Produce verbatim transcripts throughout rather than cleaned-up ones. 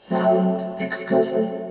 Sound excursion.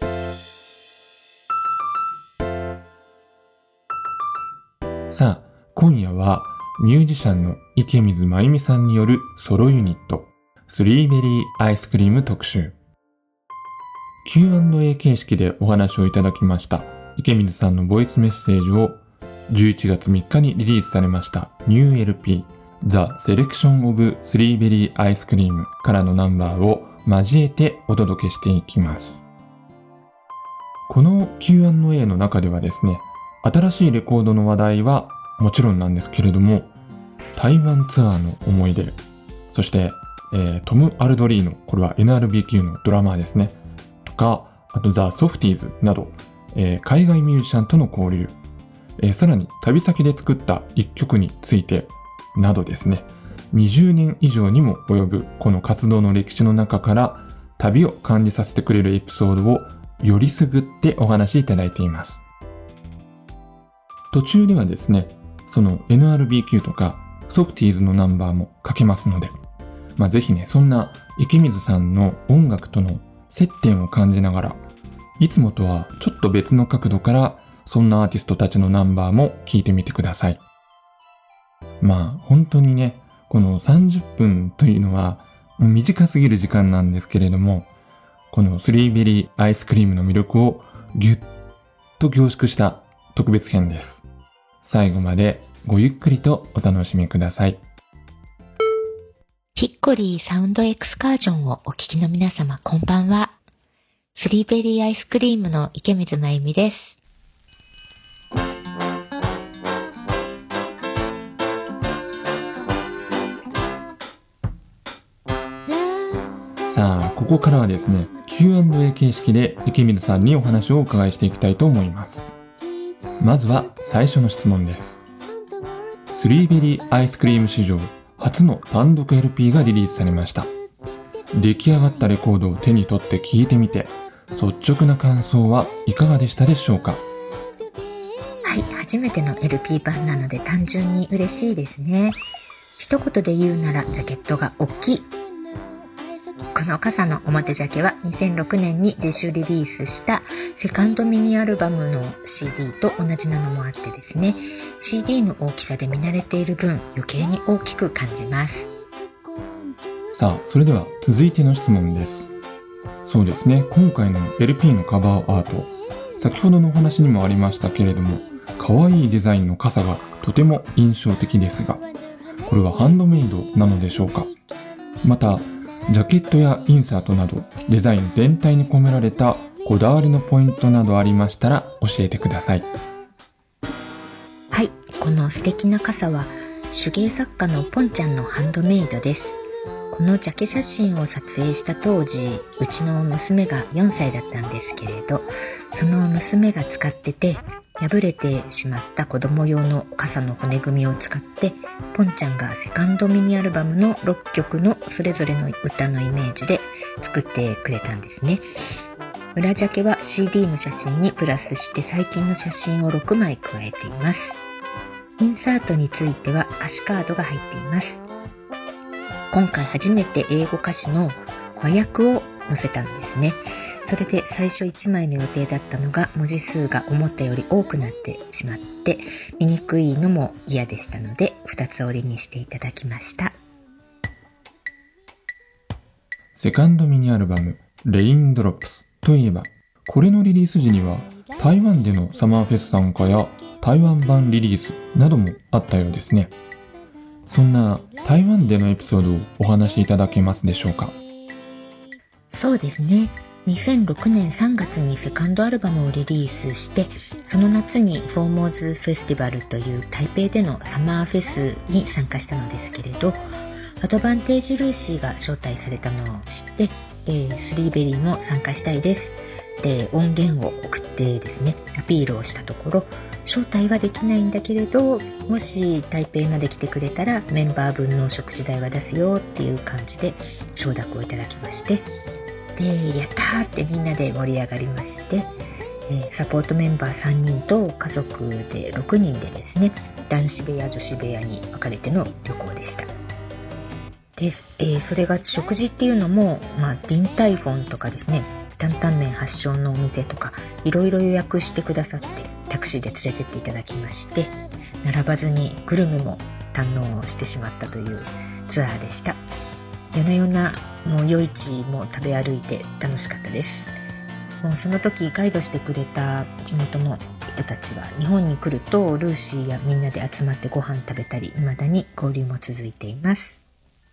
さあ、今夜はミュージシャンの池水真由美さんによるソロユニットスリーベリーアイスクリーム特集。 キューアンドエー 形式でお話をいただきました池水さんのボイスメッセージをじゅういちがつみっかにリリースされましたニュー エルピー The Selection of スリーベリーアイスクリームからのナンバーを交えてお届けしていきます。この キューアンドエー の中ではですね、新しいレコードの話題はもちろんなんですけれども、台湾ツアーの思い出、そして、えー、トム・アルドリーノ、これは エヌアールビーキュー のドラマーですね、とか、あとザ・ソフティーズなど、えー、海外ミュージシャンとの交流、えー、さらに旅先で作った一曲についてなどですね、にじゅうねん以上にも及ぶこの活動の歴史の中から旅を感じさせてくれるエピソードをよりすぐってお話しいただいています。途中ではですね、その エヌアールビーキュー とかソフティーズのナンバーもかけますので、まあ、ぜひね、そんな池水さんの音楽との接点を感じながら、いつもとはちょっと別の角度からそんなアーティストたちのナンバーも聴いてみてください。まあ本当にね、このさんじゅっぷんというのは短すぎる時間なんですけれども、このスリーベリーアイスクリームの魅力をぎゅっと凝縮した特別編です。最後までごゆっくりとお楽しみください。 ヒッコリーサウンドエクスカージョンをお聞きの皆様、こんばんは。スリーベリーアイスクリームの池水真由美です。 さあ、ここからはですね、キューアンドエー 形式で池水さんにお話をお伺いしていきたいと思います。まずは最初の質問です。スリーベリーアイスクリーム史上初の単独 エルピー がリリースされました。出来上がったレコードを手に取って聴いてみて、率直な感想はいかがでしたでしょうか？ はい、初めての エルピー 版なので単純に嬉しいですね。一言で言うならジャケットが大きい。この傘の表ジャケはにせんろくねんに自主リリースしたセカンドミニアルバムの シーディー と同じなのもあってですね、 シーディー の大きさで見慣れている分余計に大きく感じます。 さあ、それでは続いての質問です。そうですね、今回の エルピー のカバーアート、先ほどのお話にもありましたけれども、可愛いデザインの傘がとても印象的ですが、これはハンドメイドなのでしょうか？またジャケットやインサートなどデザイン全体に込められたこだわりのポイントなどありましたら教えてください。 はい、この素敵な傘は手芸作家のポンちゃんのハンドメイドです。このジャケ写真を撮影した当時、うちの娘がよんさいだったんですけれど、その娘が使ってて破れてしまった子供用の傘の骨組みを使って、ポンちゃんがセカンドミニアルバムのろっきょくのそれぞれの歌のイメージで作ってくれたんですね。裏ジャケは シーディー の写真にプラスして最近の写真をろくまい加えています。インサートについては歌詞カードが入っています。今回初めて英語歌詞の和訳を載せたんですね。それで最初いちまいの予定だったのが文字数が思ったより多くなってしまって見にくいのも嫌でしたのでふたつ折りにしていただきました。 セカンドミニアルバムレインドロップスといえば、これのリリース時には台湾でのサマーフェス参加や台湾版リリースなどもあったようですね。そんな台湾でのエピソードをお話しいただけますでしょうか？ そうですね、にせんろくねんさんがつにセカンドアルバムをリリースして、その夏にフォーモーズフェスティバルという台北でのサマーフェスに参加したのですけれど、アドバンテージルーシーが招待されたのを知って、でスリーベリーも参加したいですで音源を送ってですね、アピールをしたところ、招待はできないんだけれど、もし台北まで来てくれたらメンバー分の食事代は出すよっていう感じで承諾をいただきまして、でやったーってみんなで盛り上がりまして、えー、サポートメンバーさんにんと家族でろくにんでですね、男子部屋女子部屋に分かれての旅行でした。 で、えー、それが食事っていうのも、まあ、ディンタイフォンとかですね、担々麺発祥のお店とかいろいろ予約してくださって、タクシーで連れてっていただきまして、並ばずにグルメも堪能してしまったというツアーでした。夜な夜なもう夜市も食べ歩いて楽しかったです。もうその時ガイドしてくれた地元の人たちは日本に来るとルーシーやみんなで集まってご飯食べたり、未だに交流も続いています。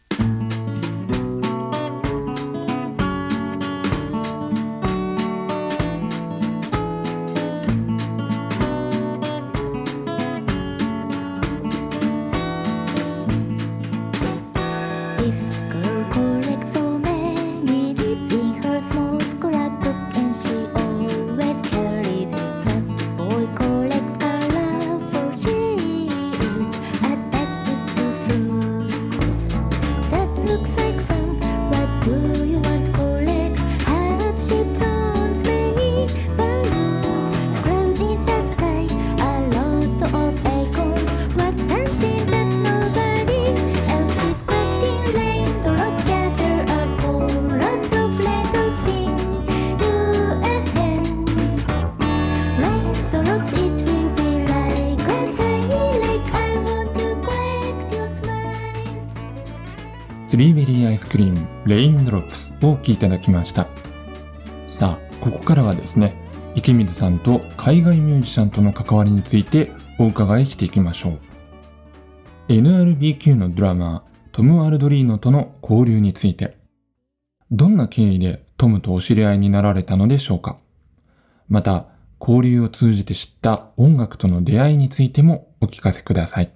スリーベリーアイスクリームレインドロップスをお聴きいただきました。さあ、ここからはですね、池水さんと海外ミュージシャンとの関わりについてお伺いしていきましょう。エヌアールビーキュー のドラマートム・アルドリーノとの交流について、どんな経緯でトムとお知り合いになられたのでしょうか。また、交流を通じて知った音楽との出会いについてもお聞かせください。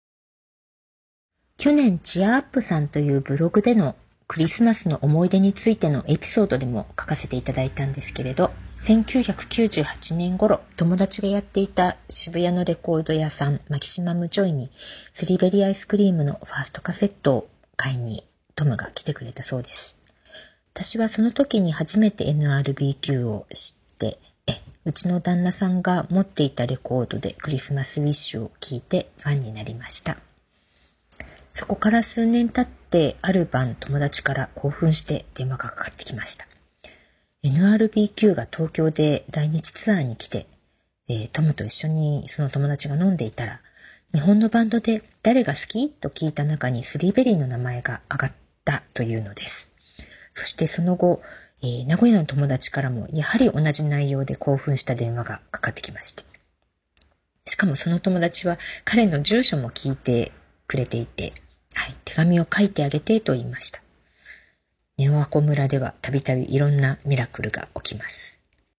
去年チアアップさんというブログでのクリスマスの思い出についてのエピソードでも書かせていただいたんですけれど、せんきゅうひゃくきゅうじゅうはちねん頃、友達がやっていた渋谷のレコード屋さんマキシマムジョイにスリーベリーアイスクリームのファーストカセットを買いにトムが来てくれたそうです。私はその時に初めて エヌアールビーキュー を知って、えうちの旦那さんが持っていたレコードでクリスマスウィッシュを聴いてファンになりました。そこから数年経ってある晩、友達から興奮して電話がかかってきました。エヌアールビーキュー が東京で来日ツアーに来て、えー、トムと一緒にその友達が飲んでいたら、日本のバンドで誰が好きと聞いた中にスリーベリーの名前が挙がったというのです。そしてその後、えー、名古屋の友達からもやはり同じ内容で興奮した電話がかかってきまして、しかもその友達は彼の住所も聞いてくれていて、はい、手紙を書いてあげてと言いました。ネオアコ村ではたびたびいろんなミラクルが起きます。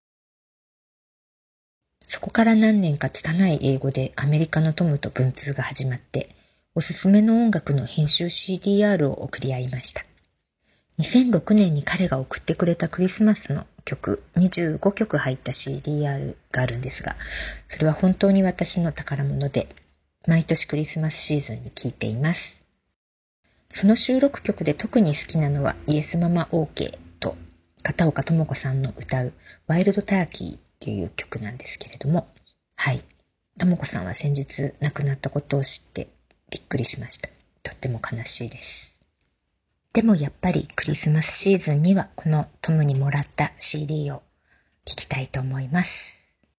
そこから何年か拙い英語でアメリカのトムと文通が始まって、おすすめの音楽の編集 シーディーアール を送り合いました。にせんろくねんに彼が送ってくれたクリスマスの曲にじゅうごきょく入った シーディーアール があるんですが、それは本当に私の宝物で、毎年クリスマスシーズンに聴いています。その収録曲で特に好きなのはイエスママ OK と片岡智子さんの歌うワイルドターキーっていう曲なんですけれども、はい、智子さんは先日亡くなったことを知ってびっくりしました。とっても悲しいです。でもやっぱりクリスマスシーズンにはこのトムにもらった シーディー を聴きたいと思います。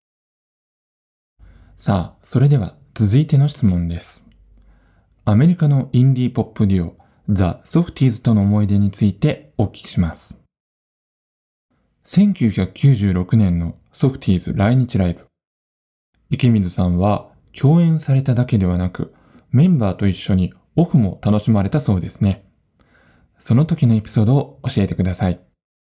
さあ、それでは続いての質問です。アメリカのインディーポップデュオザ・ソフティーズとの思い出についてお聞きします。せんきゅうひゃくきゅうじゅうろくねんのソフティーズ来日ライブ。池水さんは共演されただけではなく、メンバーと一緒にオフも楽しまれたそうですね。その時のエピソードを教えてください。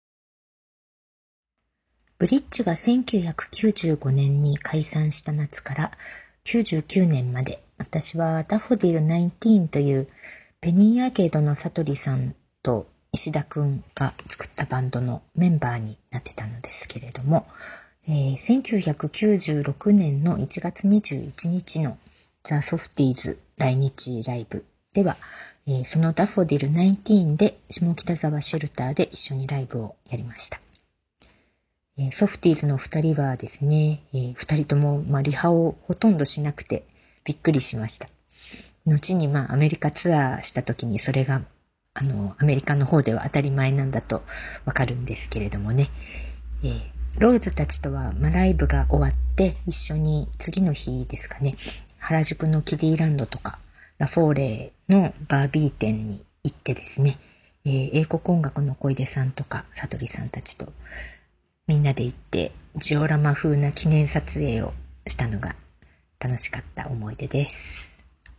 ブリッジがせんきゅうひゃくきゅうじゅうごねんに解散した夏からきゅうじゅうきゅうねんまで、私はダフォディルじゅうきゅうというペニーアーケードのサトリさんと石田くんが作ったバンドのメンバーになってたのですけれども、えー、せんきゅうひゃくきゅうじゅうろくねんのいちがつにじゅういちにちのザ・ソフティーズ来日ライブでは、えー、そのダフォディルじゅうきゅうで下北沢シェルターで一緒にライブをやりました。えー、ソフティーズのふたりはですね、えー、ふたりとも、まあ、リハをほとんどしなくてびっくりしました。後にまあアメリカツアーした時にそれがあのアメリカの方では当たり前なんだとわかるんですけれどもね、えー、ローズたちとは、まあ、ライブが終わって一緒に次の日ですかね、原宿のキディランドとかラフォーレのバービー店に行ってですね、えー、英国音楽の小出さんとかさとりさんたちとみんなで行ってジオラマ風な記念撮影をしたのが楽しかった思い出です。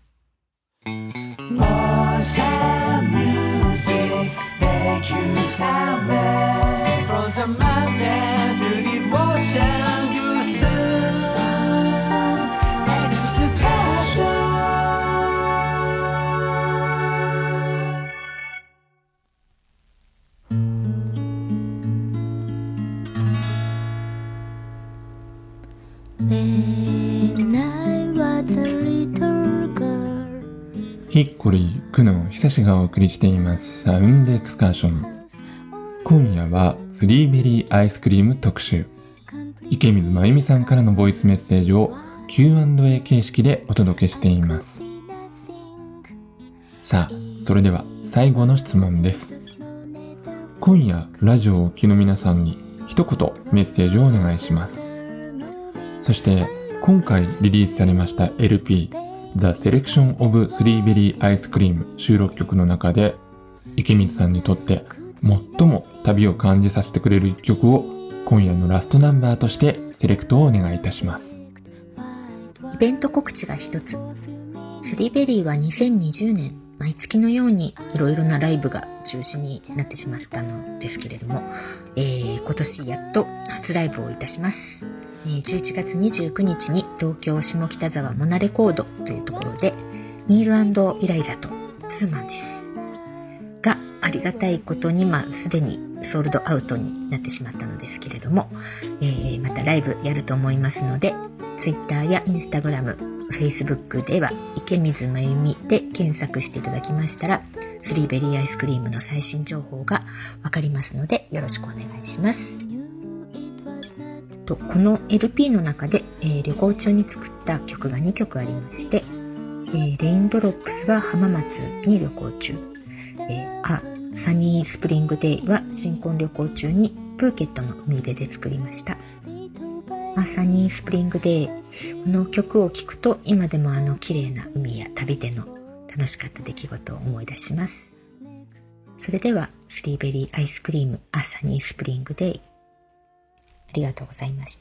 ヒッコリー、久野久志がお送りしていますサウンドエクスカーション。今夜はスリーベリーアイスクリーム特集。池水真由美さんからのボイスメッセージを キューアンドエー 形式でお届けしています。さあ、それでは最後の質問です。今夜ラジオをお聞きの皆さんに一言メッセージをお願いします。そして今回リリースされました エルピーThe Selection of スリーベリーアイスクリーム収録曲の中で、池水さんにとって最も旅を感じさせてくれる一曲を今夜のラストナンバーとしてセレクトをお願いいたします。 イベント告知が一つ。スリーベリーはにせんにじゅうねん毎月のようにいろいろなライブが中止になってしまったのですけれども、えー、今年やっと初ライブをいたします。じゅういちがつにじゅうくにちに東京下北沢モナレコードというところでニール&イライザとツーマンですが、ありがたいことにまあすでにソールドアウトになってしまったのですけれども、えー、またライブやると思いますので、Twitter や Instagram、Facebook では池水真由美で検索していただきましたらスリーベリーアイスクリームの最新情報がわかりますのでよろしくお願いします。とこの エルピー の中で、えー、旅行中に作った曲がにきょくありまして、えー、レインドロップスは浜松に旅行中、えー、あサニースプリングデイは新婚旅行中にプーケットの海辺で作りました。あサニースプリングデイ、この曲を聴くと今でもあの綺麗な海や旅での楽しかった出来事を思い出します。それではスリーベリーアイスクリームあサニースプリングデイ、ありがとうございました。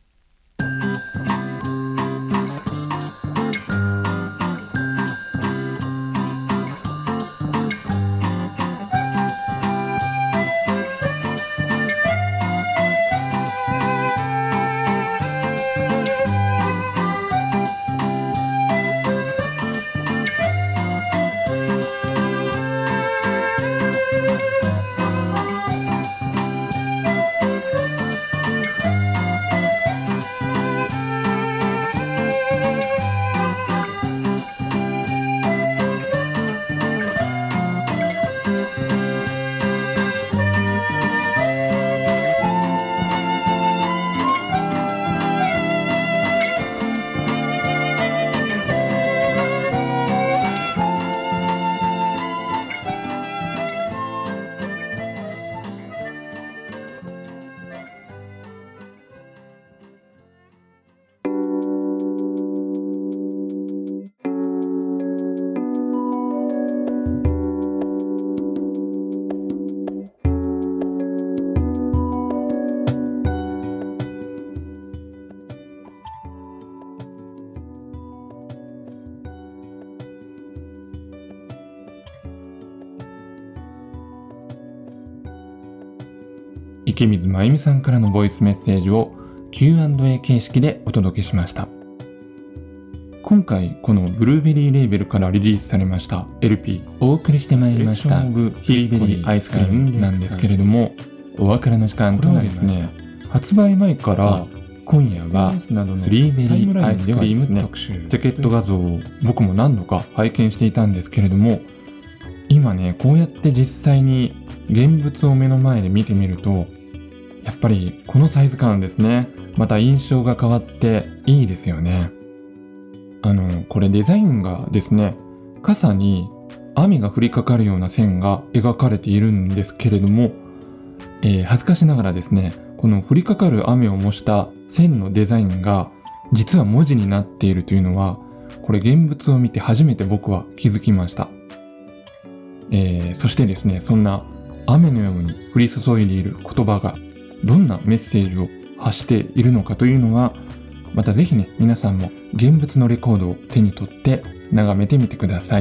池水真由美さんからのボイスメッセージを キューアンドエー 形式でお届けしました。今回このブルーベリーレーベルからリリースされました エルピー お送りしてまいりましたオブヒーベリーアイスクリームなんですけれども、お別れの時間となりました。これはですね、発売前から今夜はスリーベリーアイスクリーム特集ジャケット画像を僕も何度か拝見していたんですけれども、今ねこうやって実際に現物を目の前で見てみるとやっぱりこのサイズ感ですね、また印象が変わっていいですよね。あのこれデザインがですね、傘に雨が降りかかるような線が描かれているんですけれども、えー、恥ずかしながらですね、この降りかかる雨を模した線のデザインが実は文字になっているというのは、これ現物を見て初めて僕は気づきました。えー、そしてですね、そんな雨のように降り注いでいる言葉がどんなメッセージを発しているのかというのは、またぜひね、皆さんも現物のレコードを手に取って眺めてみてください。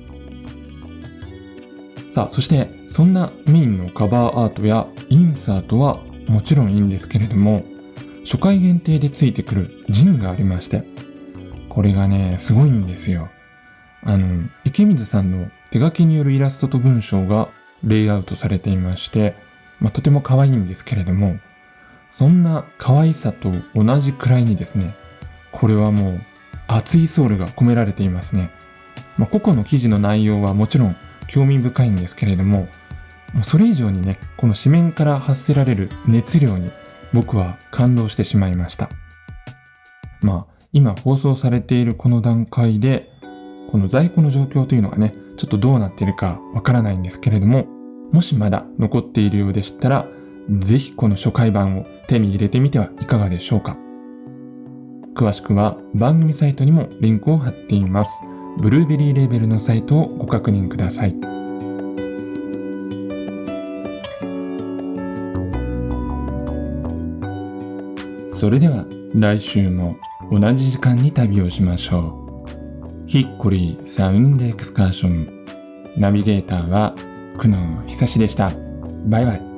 さあ、そしてそんなメインのカバーアートやインサートはもちろんいいんですけれども、初回限定でついてくるジンがありまして、これがね、すごいんですよ。あの、池水さんの手書きによるイラストと文章がレイアウトされていまして、まあ、とても可愛いんですけれども、そんな可愛さと同じくらいにですね、これはもう熱いソウルが込められていますね。まあ、個々の記事の内容はもちろん興味深いんですけれども、もうそれ以上にね、この紙面から発せられる熱量に僕は感動してしまいました。まあ、今放送されているこの段階で、この在庫の状況というのがね、ちょっとどうなっているかわからないんですけれども、もしまだ残っているようでしたら、ぜひこの初回版を手に入れてみてはいかがでしょうか。詳しくは番組サイトにもリンクを貼っています。ブルーベリーレーベルのサイトをご確認ください。それでは来週も同じ時間に旅をしましょう。ヒッコリーサウンドエクスカーション。ナビゲーターは久野久志でした。バイバイ。